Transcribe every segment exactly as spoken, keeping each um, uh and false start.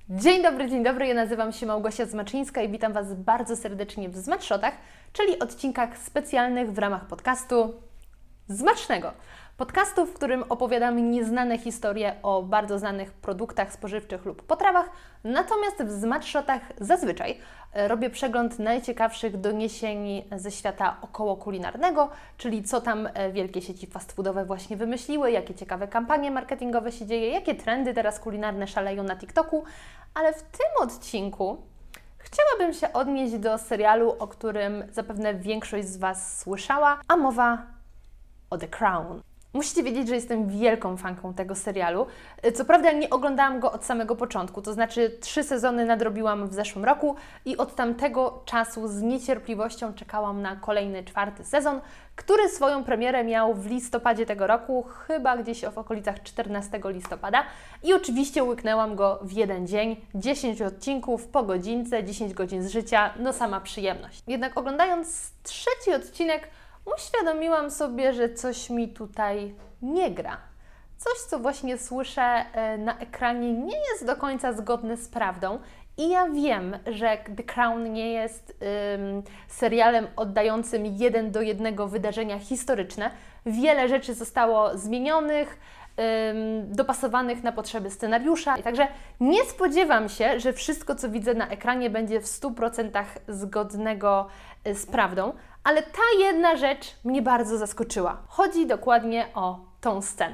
Dzień dobry, dzień dobry, ja nazywam się Małgosia Zmaczyńska i witam Was bardzo serdecznie w Zmatshotach, czyli odcinkach specjalnych w ramach podcastu Zmacznego. Podcastu, w którym opowiadam nieznane historie o bardzo znanych produktach spożywczych lub potrawach, natomiast w Zmatshotach zazwyczaj robię przegląd najciekawszych doniesień ze świata okołokulinarnego, czyli co tam wielkie sieci fast foodowe właśnie wymyśliły, jakie ciekawe kampanie marketingowe się dzieje, jakie trendy teraz kulinarne szaleją na TikToku, ale w tym odcinku chciałabym się odnieść do serialu, o którym zapewne większość z Was słyszała, a mowa o The Crown. Musicie wiedzieć, że jestem wielką fanką tego serialu. Co prawda nie oglądałam go od samego początku, to znaczy trzy sezony nadrobiłam w zeszłym roku i od tamtego czasu z niecierpliwością czekałam na kolejny, czwarty sezon, który swoją premierę miał w listopadzie tego roku, chyba gdzieś w okolicach czternastego listopada i oczywiście łyknęłam go w jeden dzień, dziesięć odcinków po godzince, dziesięć godzin z życia, no sama przyjemność. Jednak oglądając trzeci odcinek uświadomiłam sobie, że coś mi tutaj nie gra. Coś, co właśnie słyszę na ekranie, nie jest do końca zgodne z prawdą. I ja wiem, że The Crown nie jest ym, serialem oddającym jeden do jednego wydarzenia historyczne. Wiele rzeczy zostało zmienionych, ym, dopasowanych na potrzeby scenariusza. I także nie spodziewam się, że wszystko, co widzę na ekranie, będzie w stu procentach zgodnego z prawdą. Ale ta jedna rzecz mnie bardzo zaskoczyła. Chodzi dokładnie o tą scenę.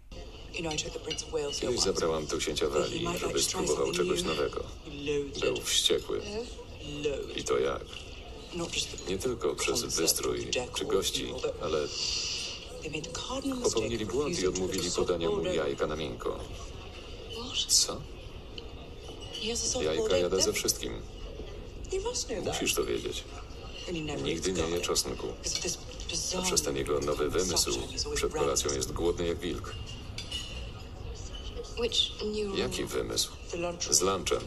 Kiedyś zabrałam tu księcia Walii, żeby spróbował czegoś nowego. Był wściekły. I to jak? Nie tylko przez wystrój czy gości, ale popełnili błąd i odmówili podania mu jajka na miękko. Co? Jajka jada ze wszystkim. Musisz to wiedzieć. Nigdy nie je czosnku. A przez ten jego nowy wymysł przed kolacją jest głodny jak wilk. Jaki wymysł? Z lunchem.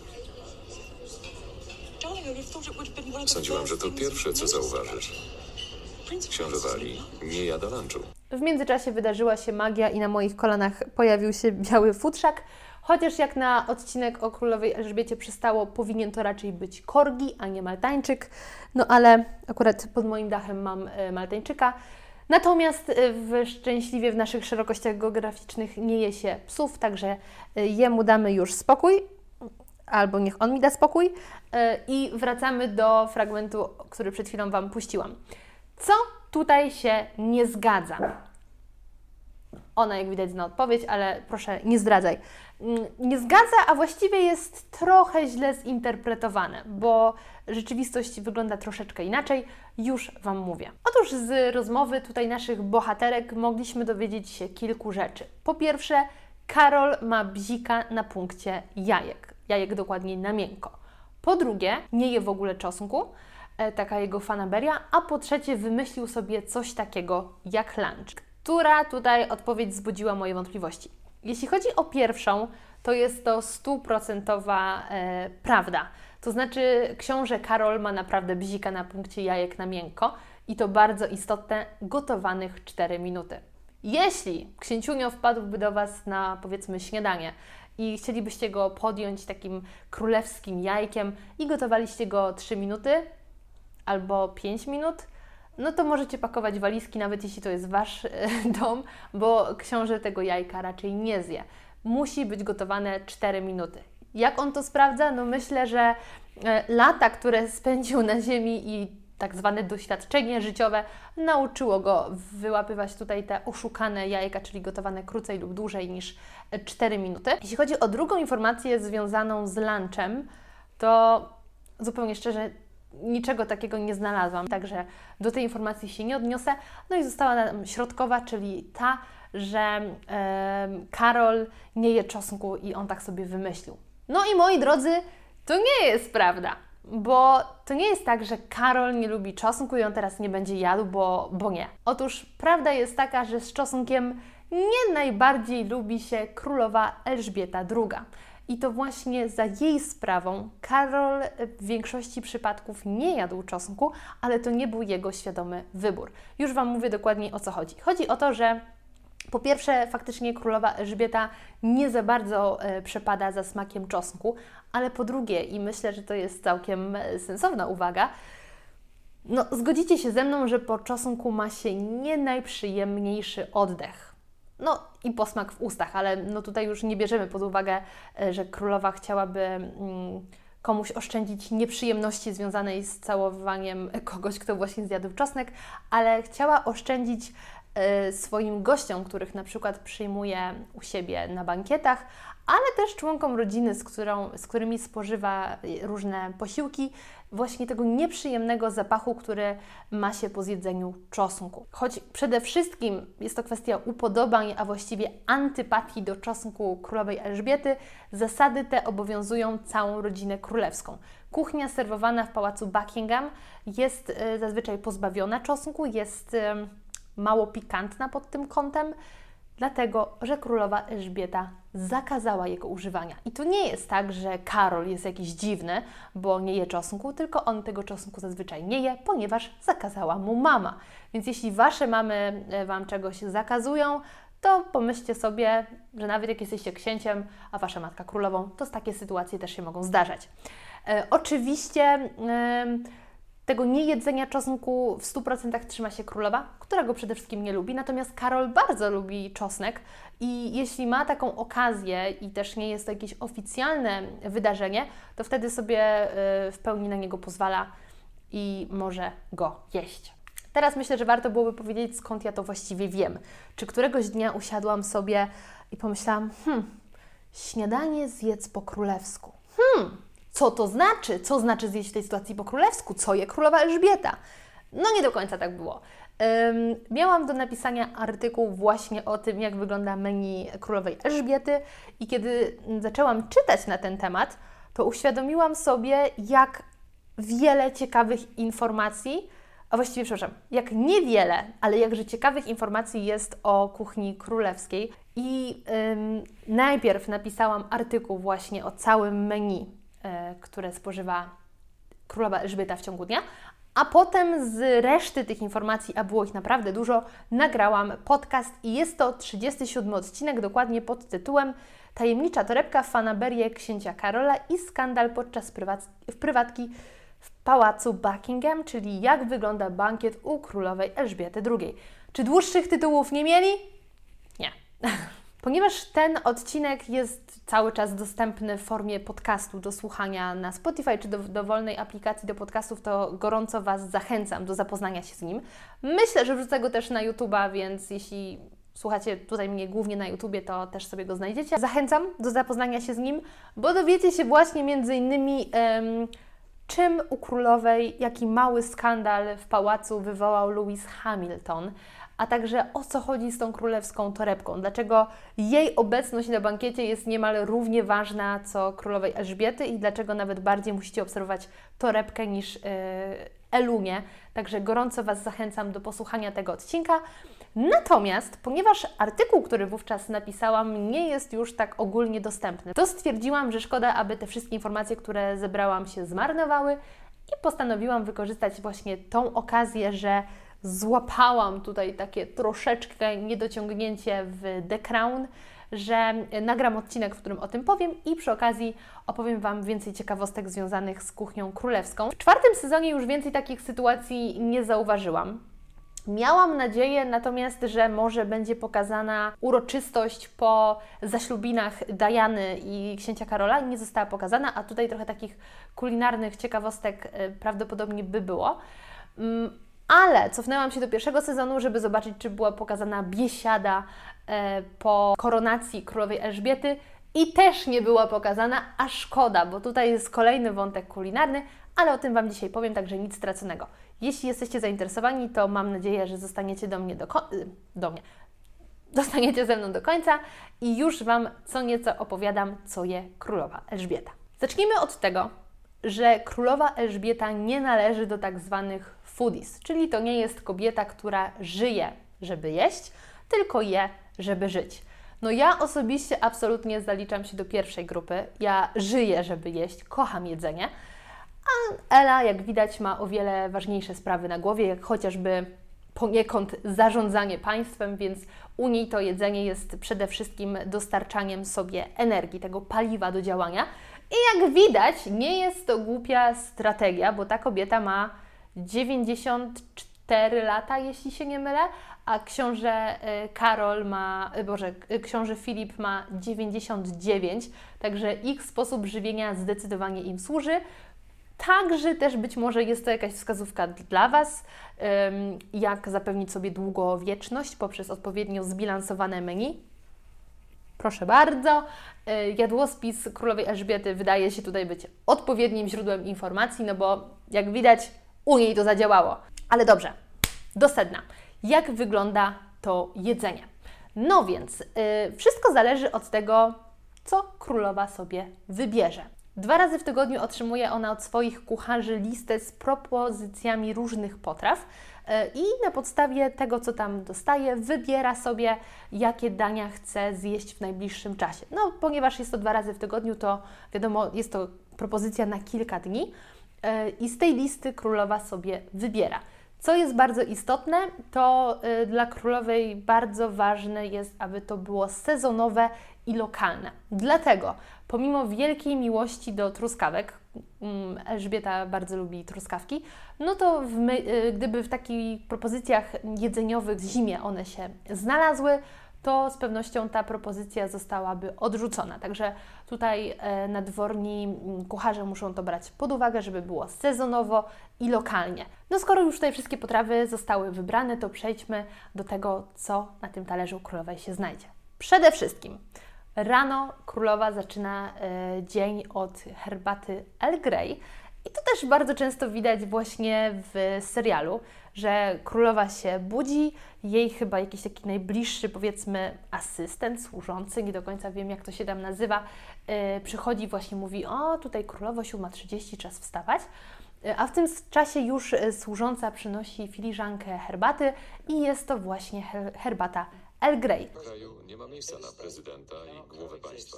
Sądziłam, że to pierwsze, co zauważysz. Książę Walii nie jada lunchu. W międzyczasie wydarzyła się magia i na moich kolanach pojawił się biały futrzak. Chociaż jak na odcinek o królowej Elżbiecie przystało, powinien to raczej być korgi, a nie maltańczyk. No ale akurat pod moim dachem mam maltańczyka. Natomiast w, szczęśliwie w naszych szerokościach geograficznych nie je się psów, także jemu damy już spokój, albo niech on mi da spokój. I wracamy do fragmentu, który przed chwilą Wam puściłam. Co tutaj się nie zgadza? Ona, jak widać, zna odpowiedź, ale proszę, nie zdradzaj. Nie zgadza, a właściwie jest trochę źle zinterpretowane, bo rzeczywistość wygląda troszeczkę inaczej, już Wam mówię. Otóż z rozmowy tutaj naszych bohaterek mogliśmy dowiedzieć się kilku rzeczy. Po pierwsze, Karol ma bzika na punkcie jajek, jajek dokładniej na miękko. Po drugie, nie je w ogóle czosnku, taka jego fanaberia, a po trzecie wymyślił sobie coś takiego jak lunch, która tutaj odpowiedź wzbudziła moje wątpliwości. Jeśli chodzi o pierwszą, to jest to stuprocentowa e, prawda. To znaczy książę Karol ma naprawdę bzika na punkcie jajek na miękko i to bardzo istotne, gotowanych cztery minuty. Jeśli księciunio wpadłby do Was na, powiedzmy, śniadanie i chcielibyście go podjąć takim królewskim jajkiem i gotowaliście go trzy minuty albo pięć minut, no to możecie pakować walizki, nawet jeśli to jest Wasz dom, bo książę tego jajka raczej nie zje. Musi być gotowane cztery minuty. Jak on to sprawdza? No myślę, że lata, które spędził na ziemi i tak zwane doświadczenie życiowe nauczyło go wyłapywać tutaj te oszukane jajka, czyli gotowane krócej lub dłużej niż cztery minuty. Jeśli chodzi o drugą informację związaną z lunchem, to zupełnie szczerze niczego takiego nie znalazłam, także do tej informacji się nie odniosę. No i została nam środkowa, czyli ta, że e, Karol nie je czosnku i on tak sobie wymyślił. No i moi drodzy, to nie jest prawda, bo to nie jest tak, że Karol nie lubi czosnku i on teraz nie będzie jadł, bo, bo nie. Otóż prawda jest taka, że z czosnkiem nie najbardziej lubi się królowa Elżbieta druga. I to właśnie za jej sprawą Karol w większości przypadków nie jadł czosnku, ale to nie był jego świadomy wybór. Już Wam mówię dokładniej, o co chodzi. Chodzi o to, że Po pierwsze, faktycznie królowa Elżbieta nie za bardzo e, przepada za smakiem czosnku, ale po drugie, i myślę, że to jest całkiem sensowna uwaga, no zgodzicie się ze mną, że po czosnku ma się nie najprzyjemniejszy oddech. No i posmak w ustach, ale no tutaj już nie bierzemy pod uwagę, e, że królowa chciałaby mm, komuś oszczędzić nieprzyjemności związanej z całowaniem kogoś, kto właśnie zjadł czosnek, ale chciała oszczędzić swoim gościom, których na przykład przyjmuje u siebie na bankietach, ale też członkom rodziny, z, którą, z którymi spożywa różne posiłki, właśnie tego nieprzyjemnego zapachu, który ma się po zjedzeniu czosnku. Choć przede wszystkim jest to kwestia upodobań, a właściwie antypatii do czosnku królowej Elżbiety, zasady te obowiązują całą rodzinę królewską. Kuchnia serwowana w pałacu Buckingham jest zazwyczaj pozbawiona czosnku, jest mało pikantna pod tym kątem, dlatego, że królowa Elżbieta zakazała jego używania. I to nie jest tak, że Karol jest jakiś dziwny, bo nie je czosnku, tylko on tego czosnku zazwyczaj nie je, ponieważ zakazała mu mama. Więc jeśli Wasze mamy Wam czegoś zakazują, to pomyślcie sobie, że nawet jak jesteście księciem, a Wasza matka królową, to takie sytuacje też się mogą zdarzać. E, oczywiście e, tego niejedzenia czosnku w stu procentach trzyma się królowa, która go przede wszystkim nie lubi, natomiast Karol bardzo lubi czosnek i jeśli ma taką okazję i też nie jest to jakieś oficjalne wydarzenie, to wtedy sobie w pełni na niego pozwala i może go jeść. Teraz myślę, że warto byłoby powiedzieć, skąd ja to właściwie wiem. Czy któregoś dnia usiadłam sobie i pomyślałam, hmm, śniadanie zjedz po królewsku. Hmm, co to znaczy? Co znaczy zjeść w tej sytuacji po królewsku? Co je królowa Elżbieta? No nie do końca tak było. Um, miałam do napisania artykuł właśnie o tym, jak wygląda menu królowej Elżbiety i kiedy zaczęłam czytać na ten temat, to uświadomiłam sobie, jak wiele ciekawych informacji, a właściwie, przepraszam, jak niewiele, ale jakże ciekawych informacji jest o kuchni królewskiej. I ym, najpierw napisałam artykuł właśnie o całym menu, yy, które spożywa królowa Elżbieta w ciągu dnia, a potem z reszty tych informacji, a było ich naprawdę dużo, nagrałam podcast i jest to trzydziesty siódmy odcinek, dokładnie pod tytułem Tajemnicza torebka, fanaberie księcia Karola i skandal podczas prywac- w prywatki w pałacu Buckingham, czyli jak wygląda bankiet u królowej Elżbiety drugiej. Czy dłuższych tytułów nie mieli? Nie. Ponieważ ten odcinek jest cały czas dostępny w formie podcastu do słuchania na Spotify czy do dowolnej aplikacji do podcastów, to gorąco Was zachęcam do zapoznania się z nim. Myślę, że wrzucę go też na YouTube'a, więc jeśli słuchacie tutaj mnie głównie na YouTubie, to też sobie go znajdziecie. Zachęcam do zapoznania się z nim, bo dowiecie się właśnie między innymi um, czym u królowej, jaki mały skandal w pałacu wywołał Lewis Hamilton, a także o co chodzi z tą królewską torebką, dlaczego jej obecność na bankiecie jest niemal równie ważna co królowej Elżbiety i dlaczego nawet bardziej musicie obserwować torebkę niż yy, Elunię. Także gorąco Was zachęcam do posłuchania tego odcinka. Natomiast, ponieważ artykuł, który wówczas napisałam, nie jest już tak ogólnie dostępny, to stwierdziłam, że szkoda, aby te wszystkie informacje, które zebrałam, się zmarnowały i postanowiłam wykorzystać właśnie tą okazję, że złapałam tutaj takie troszeczkę niedociągnięcie w The Crown, że nagram odcinek, w którym o tym powiem i przy okazji opowiem Wam więcej ciekawostek związanych z kuchnią królewską. W czwartym sezonie już więcej takich sytuacji nie zauważyłam. Miałam nadzieję natomiast, że może będzie pokazana uroczystość po zaślubinach Diany i księcia Karola. Nie została pokazana, a tutaj trochę takich kulinarnych ciekawostek prawdopodobnie by było. Ale cofnęłam się do pierwszego sezonu, żeby zobaczyć, czy była pokazana biesiada po koronacji królowej Elżbiety i też nie była pokazana, a szkoda, bo tutaj jest kolejny wątek kulinarny, ale o tym Wam dzisiaj powiem, także nic straconego. Jeśli jesteście zainteresowani, to mam nadzieję, że zostaniecie do mnie do, ko- do mnie. Zostaniecie ze mną do końca i już Wam co nieco opowiadam, co je królowa Elżbieta. Zacznijmy od tego, że królowa Elżbieta nie należy do tak zwanych foodies, czyli to nie jest kobieta, która żyje, żeby jeść, tylko je, żeby żyć. No ja osobiście absolutnie zaliczam się do pierwszej grupy. Ja żyję, żeby jeść, kocham jedzenie, a Ela, jak widać, ma o wiele ważniejsze sprawy na głowie, jak chociażby poniekąd zarządzanie państwem, więc u niej to jedzenie jest przede wszystkim dostarczaniem sobie energii, tego paliwa do działania. I jak widać, nie jest to głupia strategia, bo ta kobieta ma dziewięćdziesiąt cztery lata, jeśli się nie mylę, a książę Karol ma, Boże, książę Filip ma dziewięćdziesiąt dziewięć, także ich sposób żywienia zdecydowanie im służy. Także też być może jest to jakaś wskazówka dla Was, jak zapewnić sobie długowieczność poprzez odpowiednio zbilansowane menu. Proszę bardzo, jadłospis królowej Elżbiety wydaje się tutaj być odpowiednim źródłem informacji, no bo jak widać u niej to zadziałało. Ale dobrze, do sedna. Jak wygląda to jedzenie? No więc yy, wszystko zależy od tego, co królowa sobie wybierze. Dwa razy w tygodniu otrzymuje ona od swoich kucharzy listę z propozycjami różnych potraw yy, i na podstawie tego, co tam dostaje, wybiera sobie, jakie dania chce zjeść w najbliższym czasie. No, ponieważ jest to dwa razy w tygodniu, to wiadomo, jest to propozycja na kilka dni yy, i z tej listy królowa sobie wybiera. Co jest bardzo istotne, to y, dla królowej bardzo ważne jest, aby to było sezonowe i lokalne. Dlatego, pomimo wielkiej miłości do truskawek, um, Elżbieta bardzo lubi truskawki, no to w my, y, gdyby w takich propozycjach jedzeniowych w zimie one się znalazły, to z pewnością ta propozycja zostałaby odrzucona. Także tutaj e, nadworni kucharze muszą to brać pod uwagę, żeby było sezonowo i lokalnie. No skoro już tutaj wszystkie potrawy zostały wybrane, to przejdźmy do tego, co na tym talerzu królowej się znajdzie. Przede wszystkim rano królowa zaczyna e, dzień od herbaty Earl Grey. I to też bardzo często widać właśnie w serialu, że królowa się budzi, jej chyba jakiś taki najbliższy, powiedzmy, asystent, służący, nie do końca wiem, jak to się tam nazywa, yy, przychodzi właśnie mówi: o, tutaj królowo, siódma trzydzieści, czas wstawać. Yy, a w tym czasie już służąca przynosi filiżankę herbaty i jest to właśnie her herbata Earl Grey. W kraju nie ma miejsca na prezydenta i głowę państwa.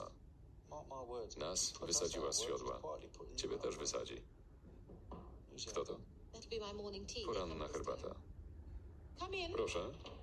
Nas wysadziła z siodła. Ciebie też wysadzi. Kto to? Poranna herbata. Proszę.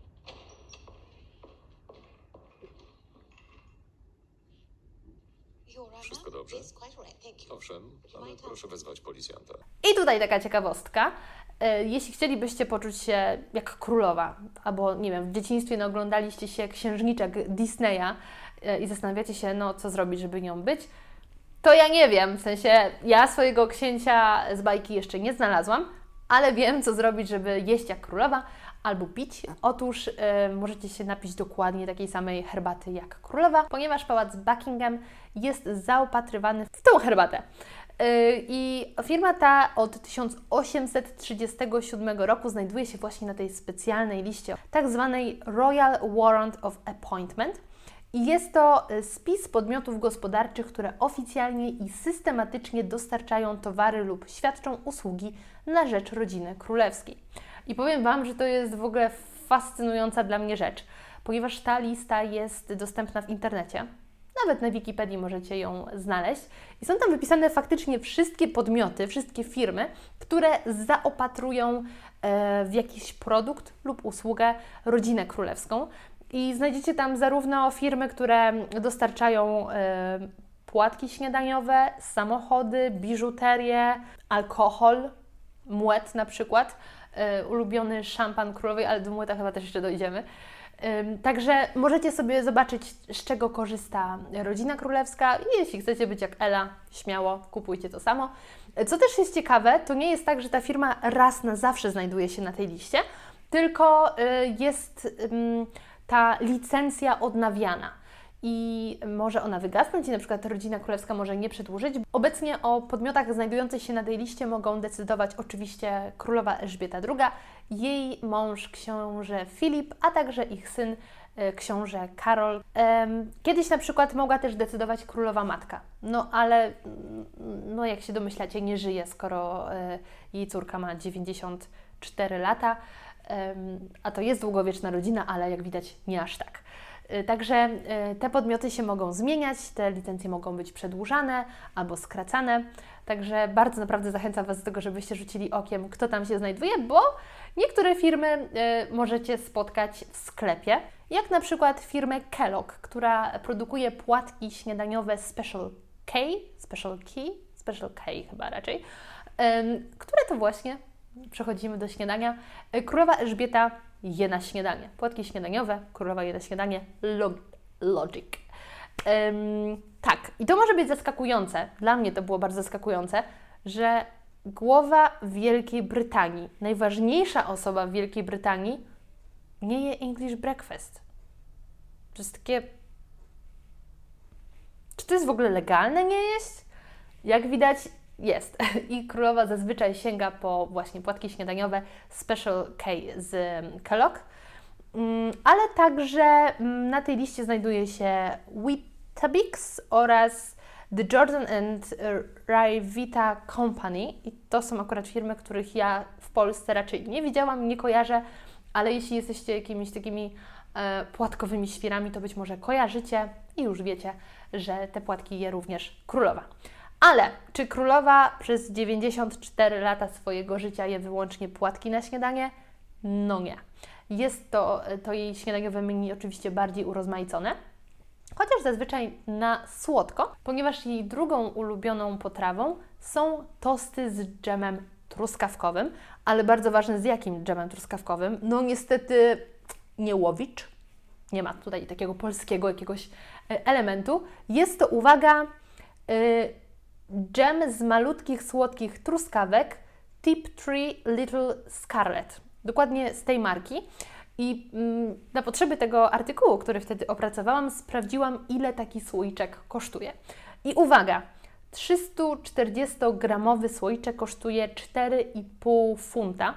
Wszystko dobrze? Owszem, ale proszę wezwać policjanta. I tutaj taka ciekawostka. Jeśli chcielibyście poczuć się jak królowa, albo nie wiem, w dzieciństwie no, oglądaliście się księżniczek Disneya i zastanawiacie się, no co zrobić, żeby nią być, to ja nie wiem, w sensie ja swojego księcia z bajki jeszcze nie znalazłam, ale wiem, co zrobić, żeby jeść jak królowa albo pić. Otóż y, możecie się napić dokładnie takiej samej herbaty jak królowa, ponieważ pałac Buckingham jest zaopatrywany w tą herbatę. Y, I firma ta od tysiąc osiemset trzydziestego siódmego roku znajduje się właśnie na tej specjalnej liście, tak zwanej Royal Warrant of Appointment. I jest to spis podmiotów gospodarczych, które oficjalnie i systematycznie dostarczają towary lub świadczą usługi na rzecz rodziny królewskiej. I powiem Wam, że to jest w ogóle fascynująca dla mnie rzecz, ponieważ ta lista jest dostępna w internecie. Nawet na Wikipedii możecie ją znaleźć. I są tam wypisane faktycznie wszystkie podmioty, wszystkie firmy, które zaopatrują e, w jakiś produkt lub usługę rodzinę królewską. I znajdziecie tam zarówno firmy, które dostarczają y, płatki śniadaniowe, samochody, biżuterię, alkohol, młet na przykład, y, ulubiony szampan królowej, ale do młeta chyba też jeszcze dojdziemy. Y, także możecie sobie zobaczyć, z czego korzysta rodzina królewska i jeśli chcecie być jak Ela, śmiało kupujcie to samo. Co też jest ciekawe, to nie jest tak, że ta firma raz na zawsze znajduje się na tej liście, tylko y, jest... Y, ta licencja odnawiana i może ona wygasnąć i na przykład rodzina królewska może nie przedłużyć. Obecnie o podmiotach znajdujących się na tej liście mogą decydować oczywiście królowa Elżbieta druga, jej mąż książę Filip, a także ich syn książę Karol. Kiedyś na przykład mogła też decydować królowa matka, no ale no jak się domyślacie, nie żyje, skoro jej córka ma dziewięćdziesiąt cztery lata. A to jest długowieczna rodzina, ale jak widać nie aż tak. Także te podmioty się mogą zmieniać, te licencje mogą być przedłużane albo skracane. Także bardzo naprawdę zachęcam Was do tego, żebyście rzucili okiem, kto tam się znajduje, bo niektóre firmy y, możecie spotkać w sklepie, jak na przykład firmę Kellogg, która produkuje płatki śniadaniowe Special K, Special Key, Special K chyba raczej, y, które to właśnie, przechodzimy do śniadania, y, Królowa Elżbieta je na śniadanie. Płatki śniadaniowe, Królowa je na śniadanie, log, Logic. Um, tak, i to może być zaskakujące, dla mnie to było bardzo zaskakujące, że głowa Wielkiej Brytanii, najważniejsza osoba w Wielkiej Brytanii, nie je English breakfast. To jest takie... Czy to jest w ogóle legalne nie jeść? Jak widać, jest. I królowa zazwyczaj sięga po właśnie płatki śniadaniowe Special K z Kellogg. Ale także na tej liście znajduje się Weetabix oraz The Jordan and Rivita Company. I to są akurat firmy, których ja w Polsce raczej nie widziałam, nie kojarzę, ale jeśli jesteście jakimiś takimi e, płatkowymi świrami, to być może kojarzycie i już wiecie, że te płatki je również królowa. Ale czy królowa przez dziewięćdziesiąt cztery lata swojego życia je wyłącznie płatki na śniadanie? No nie. Jest to, to jej śniadaniowe menu oczywiście bardziej urozmaicone, chociaż zazwyczaj na słodko, ponieważ jej drugą ulubioną potrawą są tosty z dżemem truskawkowym, ale bardzo ważne, z jakim dżemem truskawkowym? No niestety nie Łowicz, nie ma tutaj takiego polskiego jakiegoś elementu. Jest to, uwaga, yy, dżem z malutkich, słodkich truskawek Tiptree Little Scarlet. Dokładnie z tej marki. I mm, na potrzeby tego artykułu, który wtedy opracowałam, sprawdziłam, ile taki słoiczek kosztuje. I uwaga, trzystaczterdziestogramowy słoiczek kosztuje cztery i pół funta,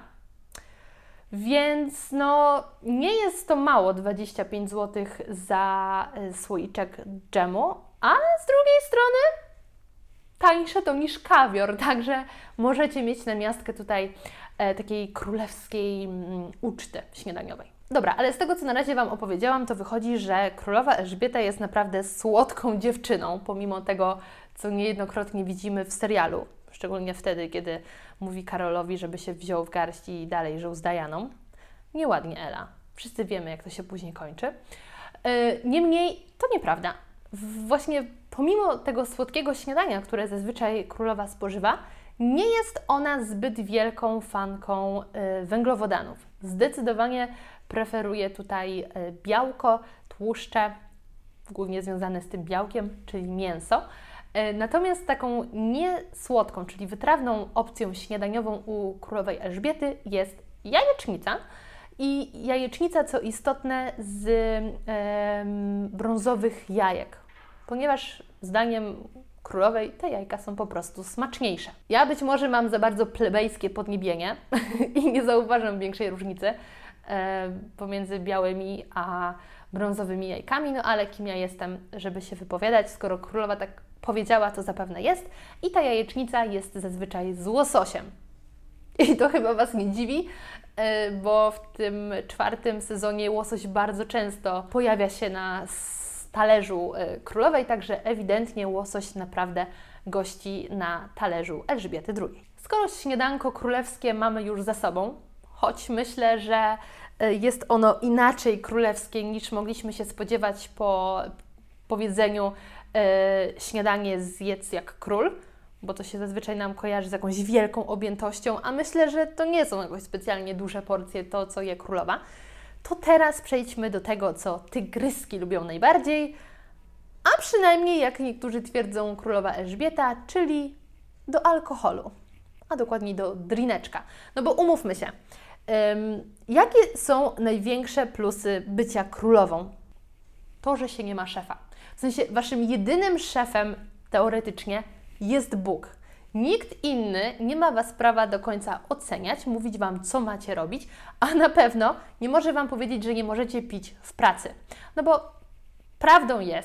więc no nie jest to mało, dwadzieścia pięć złotych za słoiczek dżemu, ale z drugiej strony tańsze to niż kawior, także możecie mieć na miastkę tutaj e, takiej królewskiej mm, uczty śniadaniowej. Dobra, ale z tego, co na razie Wam opowiedziałam, to wychodzi, że królowa Elżbieta jest naprawdę słodką dziewczyną, pomimo tego, co niejednokrotnie widzimy w serialu, szczególnie wtedy, kiedy mówi Karolowi, żeby się wziął w garść i dalej żył z Dianą. Nieładnie, Ela. Wszyscy wiemy, jak to się później kończy. Yy, niemniej, to nieprawda. Właśnie pomimo tego słodkiego śniadania, które zazwyczaj królowa spożywa, nie jest ona zbyt wielką fanką y, węglowodanów. Zdecydowanie preferuje tutaj y, białko, tłuszcze, głównie związane z tym białkiem, czyli mięso. Y, natomiast taką niesłodką, czyli wytrawną opcją śniadaniową u królowej Elżbiety jest jajecznica. I jajecznica, co istotne, z y, brązowych jajek, ponieważ zdaniem królowej te jajka są po prostu smaczniejsze. Ja być może mam za bardzo plebejskie podniebienie i nie zauważam większej różnicy e, pomiędzy białymi a brązowymi jajkami, no ale kim ja jestem, żeby się wypowiadać, skoro królowa tak powiedziała, to zapewne jest. I ta jajecznica jest zazwyczaj z łososiem. I to chyba Was nie dziwi, e, bo w tym czwartym sezonie łosoś bardzo często pojawia się na talerzu królowej, także ewidentnie łosoś naprawdę gości na talerzu Elżbiety drugiej. Skoro śniadanko królewskie mamy już za sobą, choć myślę, że jest ono inaczej królewskie niż mogliśmy się spodziewać po powiedzeniu e, śniadanie zjedz jak król, bo to się zazwyczaj nam kojarzy z jakąś wielką objętością, a myślę, że to nie są jakoś specjalnie duże porcje to, co je królowa. To teraz przejdźmy do tego, co tygryski lubią najbardziej, a przynajmniej, jak niektórzy twierdzą, królowa Elżbieta, czyli do alkoholu, a dokładniej do drineczka. No bo umówmy się, ym, jakie są największe plusy bycia królową? To, że się nie ma szefa. W sensie, Waszym jedynym szefem teoretycznie jest Bóg. Nikt inny nie ma Was prawa do końca oceniać, mówić Wam, co macie robić, a na pewno nie może Wam powiedzieć, że nie możecie pić w pracy. No bo prawdą jest,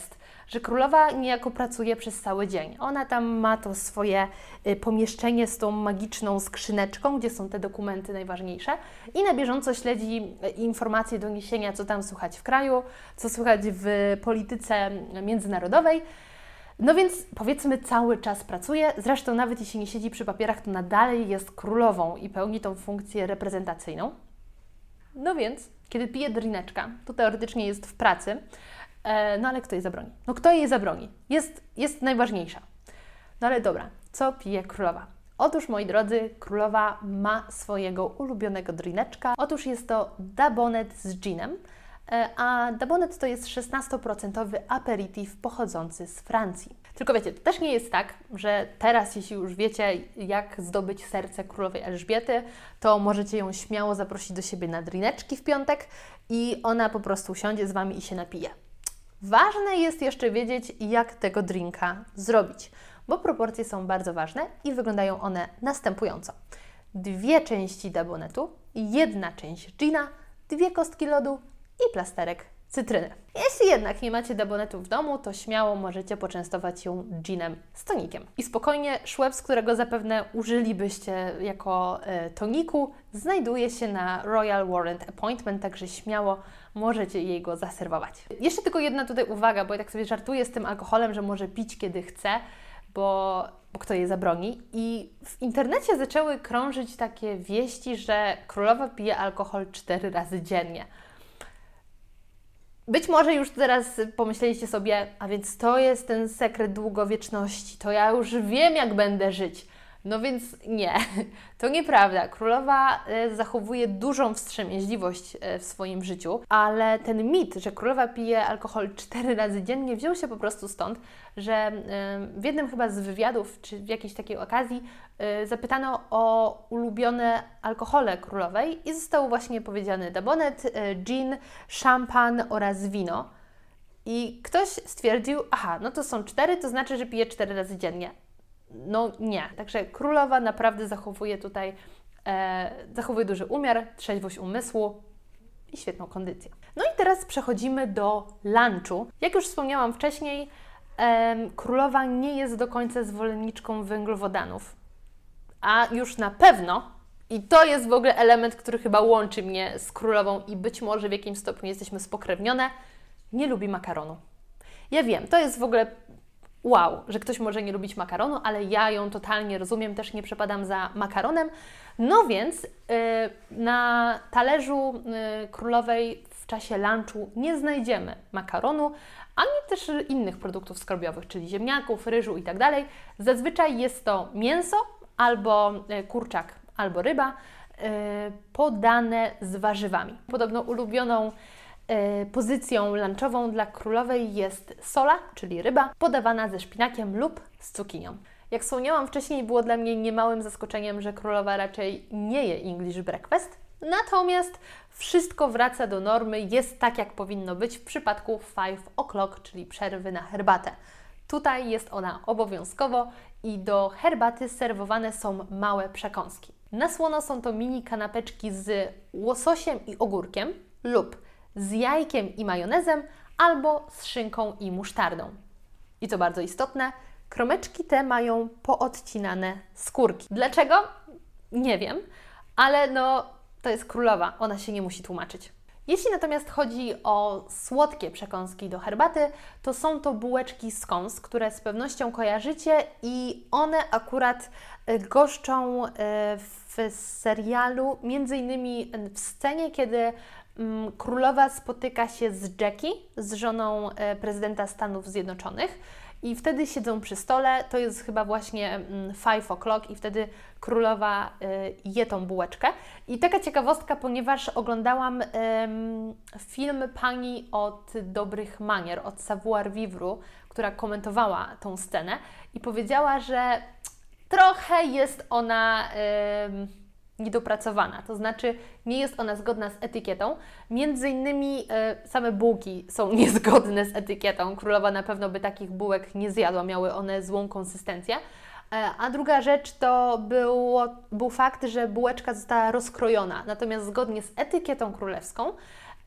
że królowa niejako pracuje przez cały dzień. Ona tam ma to swoje y, pomieszczenie z tą magiczną skrzyneczką, gdzie są te dokumenty najważniejsze i na bieżąco śledzi y, informacje, doniesienia, co tam słychać w kraju, co słychać w polityce międzynarodowej. No więc powiedzmy cały czas pracuje, zresztą nawet jeśli nie siedzi przy papierach, to nadal jest królową i pełni tą funkcję reprezentacyjną. No więc, kiedy pije drineczka, to teoretycznie jest w pracy, e, no ale kto jej zabroni? No kto jej zabroni? Jest, jest najważniejsza. No ale dobra, co pije królowa? Otóż, moi drodzy, królowa ma swojego ulubionego drineczka. Otóż jest to Dabonet z ginem, a Dabonet to jest szesnastoprocentowy aperitif pochodzący z Francji. Tylko wiecie, to też nie jest tak, że teraz, jeśli już wiecie, jak zdobyć serce królowej Elżbiety, to możecie ją śmiało zaprosić do siebie na drineczki w piątek i ona po prostu usiądzie z Wami i się napije. Ważne jest jeszcze wiedzieć, jak tego drinka zrobić, bo proporcje są bardzo ważne i wyglądają one następująco. Dwie części Dabonetu, jedna część gina, dwie kostki lodu i plasterek cytryny. Jeśli jednak nie macie Dabonetu w domu, to śmiało możecie poczęstować ją ginem z tonikiem. I spokojnie Schweppes, którego zapewne użylibyście jako e, toniku, znajduje się na Royal Warrant Appointment, także śmiało możecie jej go zaserwować. Jeszcze tylko jedna tutaj uwaga, bo ja tak sobie żartuję z tym alkoholem, że może pić kiedy chce, bo, bo kto jej zabroni. I w internecie zaczęły krążyć takie wieści, że królowa pije alkohol cztery razy dziennie. Być może już teraz pomyśleliście sobie, a więc to jest ten sekret długowieczności, to ja już wiem, jak będę żyć. No więc nie, to nieprawda. Królowa zachowuje dużą wstrzemięźliwość w swoim życiu, ale ten mit, że królowa pije alkohol cztery razy dziennie, wziął się po prostu stąd, że w jednym chyba z wywiadów, czy w jakiejś takiej okazji zapytano o ulubione alkohole królowej i został właśnie powiedziany Dabonet, gin, szampan oraz wino. I ktoś stwierdził, aha, no to są cztery, to znaczy, że pije cztery razy dziennie. No nie. Także królowa naprawdę zachowuje tutaj, e, zachowuje duży umiar, trzeźwość umysłu i świetną kondycję. No i teraz przechodzimy do lunchu. Jak już wspomniałam wcześniej, e, królowa nie jest do końca zwolenniczką węglowodanów. A już na pewno, i to jest w ogóle element, który chyba łączy mnie z królową i być może w jakimś stopniu jesteśmy spokrewnione, nie lubi makaronu. Ja wiem, to jest w ogóle wow, że ktoś może nie lubić makaronu, ale ja ją totalnie rozumiem, też nie przepadam za makaronem. No więc yy, na talerzu yy, królowej w czasie lunchu nie znajdziemy makaronu, ani też innych produktów skarbiowych, czyli ziemniaków, ryżu i tak dalej. Zazwyczaj jest to mięso, albo yy, kurczak, albo ryba, yy, podane z warzywami. Podobno ulubioną pozycją lunchową dla królowej jest sola, czyli ryba, podawana ze szpinakiem lub z cukinią. Jak wspomniałam wcześniej, było dla mnie niemałym zaskoczeniem, że królowa raczej nie je English breakfast, natomiast wszystko wraca do normy, jest tak jak powinno być w przypadku five o'clock, czyli przerwy na herbatę. Tutaj jest ona obowiązkowo i do herbaty serwowane są małe przekąski. Na słono są to mini kanapeczki z łososiem i ogórkiem lub z jajkiem i majonezem, albo z szynką i musztardą. I co bardzo istotne, kromeczki te mają poodcinane skórki. Dlaczego? Nie wiem, ale no to jest królowa, ona się nie musi tłumaczyć. Jeśli natomiast chodzi o słodkie przekąski do herbaty, to są to bułeczki scones, które z pewnością kojarzycie i one akurat goszczą w serialu, między innymi w scenie, kiedy królowa spotyka się z Jackie, z żoną prezydenta Stanów Zjednoczonych i wtedy siedzą przy stole, to jest chyba właśnie five o'clock i wtedy królowa je tą bułeczkę. I taka ciekawostka, ponieważ oglądałam um, film pani od dobrych manier, od Savoir Vivre, która komentowała tą scenę i powiedziała, że trochę jest ona um, niedopracowana, to znaczy nie jest ona zgodna z etykietą. Między innymi e, same bułki są niezgodne z etykietą. Królowa na pewno by takich bułek nie zjadła, miały one złą konsystencję. E, a druga rzecz to było, był fakt, że bułeczka została rozkrojona. Natomiast zgodnie z etykietą królewską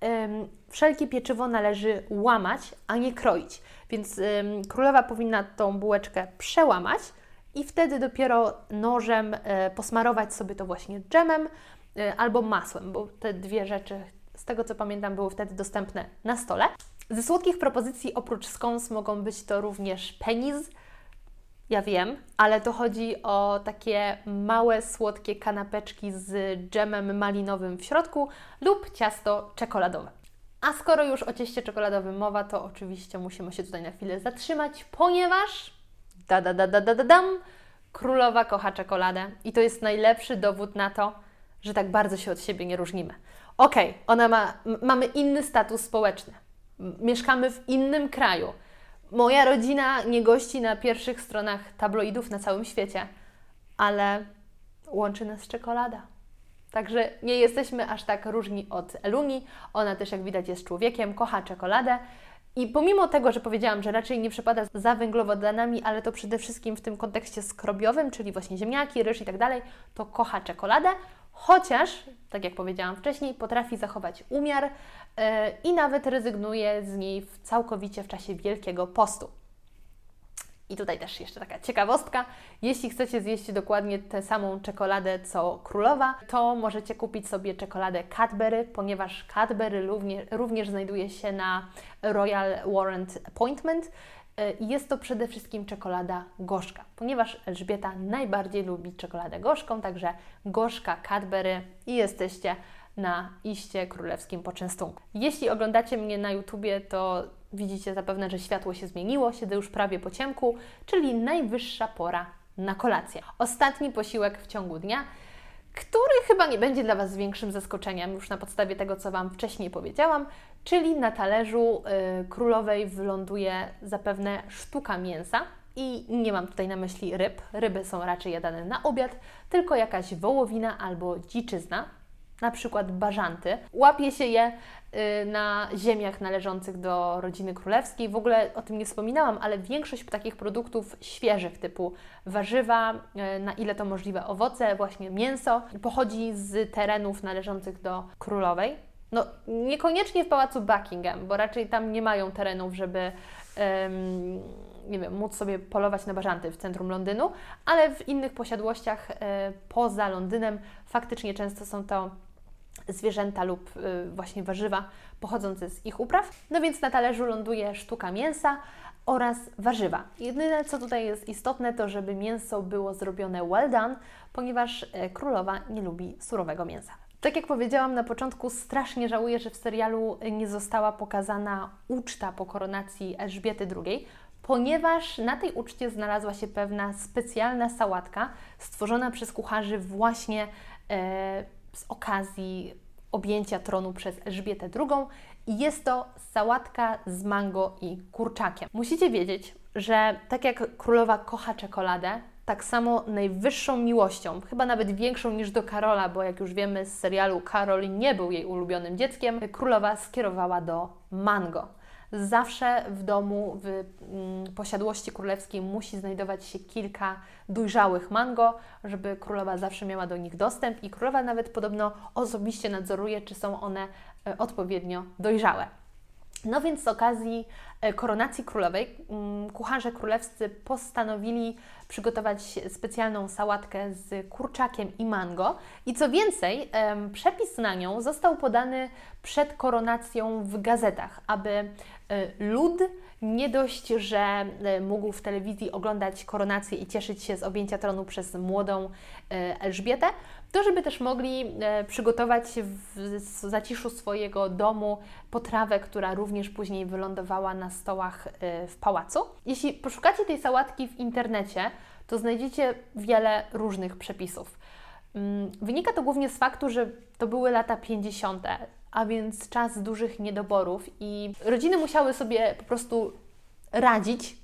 ym, wszelkie pieczywo należy łamać, a nie kroić. Więc ym, królowa powinna tą bułeczkę przełamać i wtedy dopiero nożem y, posmarować sobie to właśnie dżemem y, albo masłem, bo te dwie rzeczy, z tego co pamiętam, były wtedy dostępne na stole. Ze słodkich propozycji oprócz scones mogą być to również pennies. Ja wiem, ale to chodzi o takie małe, słodkie kanapeczki z dżemem malinowym w środku lub ciasto czekoladowe. A skoro już o cieście czekoladowym mowa, to oczywiście musimy się tutaj na chwilę zatrzymać, ponieważ da da da da da da dam, królowa kocha czekoladę i to jest najlepszy dowód na to, że tak bardzo się od siebie nie różnimy. Okej, okay, ona ma, mamy inny status społeczny, mieszkamy w innym kraju. Moja rodzina nie gości na pierwszych stronach tabloidów na całym świecie, ale łączy nas czekolada. Także nie jesteśmy aż tak różni od Eluni. Ona też, jak widać, jest człowiekiem, kocha czekoladę. I pomimo tego, że powiedziałam, że raczej nie przepada za węglowodanami, ale to przede wszystkim w tym kontekście skrobiowym, czyli właśnie ziemniaki, ryż i tak dalej, to kocha czekoladę. Chociaż, tak jak powiedziałam wcześniej, potrafi zachować umiar yy, i nawet rezygnuje z niej w, całkowicie w czasie Wielkiego Postu. I tutaj też jeszcze taka ciekawostka. Jeśli chcecie zjeść dokładnie tę samą czekoladę co królowa, to możecie kupić sobie czekoladę Cadbury, ponieważ Cadbury również, również znajduje się na Royal Warrant Appointment. I jest to przede wszystkim czekolada gorzka, ponieważ Elżbieta najbardziej lubi czekoladę gorzką, także gorzka Cadbury i jesteście na iście królewskim poczęstunku. Jeśli oglądacie mnie na YouTubie, to widzicie zapewne, że światło się zmieniło, siedzę już prawie po ciemku, czyli najwyższa pora na kolację. Ostatni posiłek w ciągu dnia, który chyba nie będzie dla Was większym zaskoczeniem już na podstawie tego, co Wam wcześniej powiedziałam, czyli na talerzu y, królowej wyląduje zapewne sztuka mięsa i nie mam tutaj na myśli ryb, ryby są raczej jadane na obiad, tylko jakaś wołowina albo dziczyzna, na przykład bażanty. Łapie się je y, na ziemiach należących do rodziny królewskiej. W ogóle o tym nie wspominałam, ale większość takich produktów świeżych typu warzywa, y, na ile to możliwe owoce, właśnie mięso, pochodzi z terenów należących do królowej. No, niekoniecznie w pałacu Buckingham, bo raczej tam nie mają terenów, żeby ym, nie wiem, móc sobie polować na bażanty w centrum Londynu, ale w innych posiadłościach y, poza Londynem faktycznie często są to zwierzęta lub y, właśnie warzywa pochodzące z ich upraw. No więc na talerzu ląduje sztuka mięsa oraz warzywa. Jedyne, co tutaj jest istotne, to żeby mięso było zrobione well done, ponieważ y, królowa nie lubi surowego mięsa. Tak jak powiedziałam na początku, strasznie żałuję, że w serialu nie została pokazana uczta po koronacji Elżbiety drugiej, ponieważ na tej uczcie znalazła się pewna specjalna sałatka stworzona przez kucharzy właśnie e, z okazji objęcia tronu przez Elżbietę drugą i jest to sałatka z mango i kurczakiem. Musicie wiedzieć, że tak jak królowa kocha czekoladę, tak samo najwyższą miłością, chyba nawet większą niż do Karola, bo jak już wiemy z serialu Karol nie był jej ulubionym dzieckiem, królowa skierowała do mango. Zawsze w domu, w mm, posiadłości królewskiej musi znajdować się kilka dojrzałych mango, żeby królowa zawsze miała do nich dostęp i królowa nawet podobno osobiście nadzoruje, czy są one e, odpowiednio dojrzałe. No więc z okazji koronacji królowej kucharze królewscy postanowili przygotować specjalną sałatkę z kurczakiem i mango i co więcej, przepis na nią został podany przed koronacją w gazetach, aby lud nie dość, że mógł w telewizji oglądać koronację i cieszyć się z objęcia tronu przez młodą Elżbietę, to żeby też mogli przygotować w zaciszu swojego domu potrawę, która również później wylądowała na stołach w pałacu. Jeśli poszukacie tej sałatki w internecie, to znajdziecie wiele różnych przepisów. Wynika to głównie z faktu, że to były lata pięćdziesiąte, a więc czas dużych niedoborów i rodziny musiały sobie po prostu radzić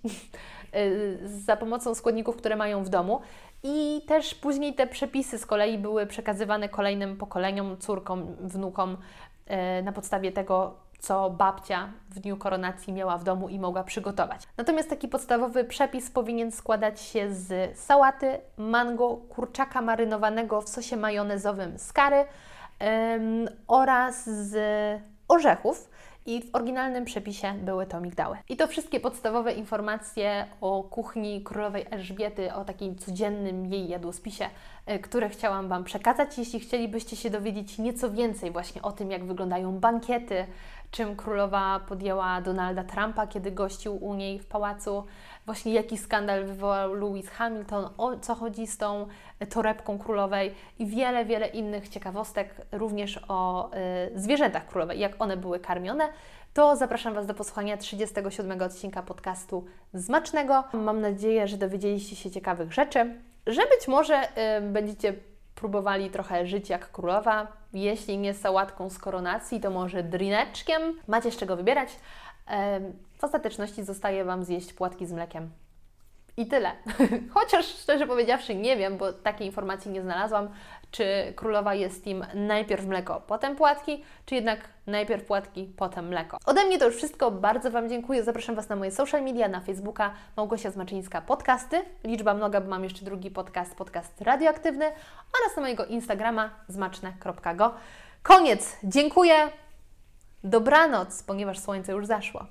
za pomocą składników, które mają w domu. I też później te przepisy z kolei były przekazywane kolejnym pokoleniom, córkom, wnukom na podstawie tego, co babcia w dniu koronacji miała w domu i mogła przygotować. Natomiast taki podstawowy przepis powinien składać się z sałaty, mango, kurczaka marynowanego w sosie majonezowym z curry ym, oraz z orzechów i w oryginalnym przepisie były to migdały. I to wszystkie podstawowe informacje o kuchni królowej Elżbiety, o takim codziennym jej jadłospisie, które chciałam Wam przekazać. Jeśli chcielibyście się dowiedzieć nieco więcej właśnie o tym, jak wyglądają bankiety, czym królowa podjęła Donalda Trumpa, kiedy gościł u niej w pałacu, właśnie jaki skandal wywołał Lewis Hamilton, o co chodzi z tą torebką królowej i wiele, wiele innych ciekawostek, również o y, zwierzętach królowej, jak one były karmione, to zapraszam Was do posłuchania trzydziestego siódmego odcinka podcastu Smacznego. Mam nadzieję, że dowiedzieliście się ciekawych rzeczy, że być może y, będziecie próbowali trochę żyć jak królowa. Jeśli nie sałatką z koronacji, to może drineczkiem. Macie z czego wybierać. W ostateczności zostaje Wam zjeść płatki z mlekiem. I tyle. Chociaż szczerze powiedziawszy nie wiem, bo takiej informacji nie znalazłam, czy królowa jest im najpierw mleko, potem płatki, czy jednak najpierw płatki, potem mleko. Ode mnie to już wszystko. Bardzo Wam dziękuję. Zapraszam Was na moje social media, na Facebooka Małgosia Zmaczyńska Podcasty. Liczba mnoga, bo mam jeszcze drugi podcast, podcast radioaktywny oraz na mojego Instagrama smaczne kropka go. Koniec. Dziękuję. Dobranoc, ponieważ słońce już zaszło.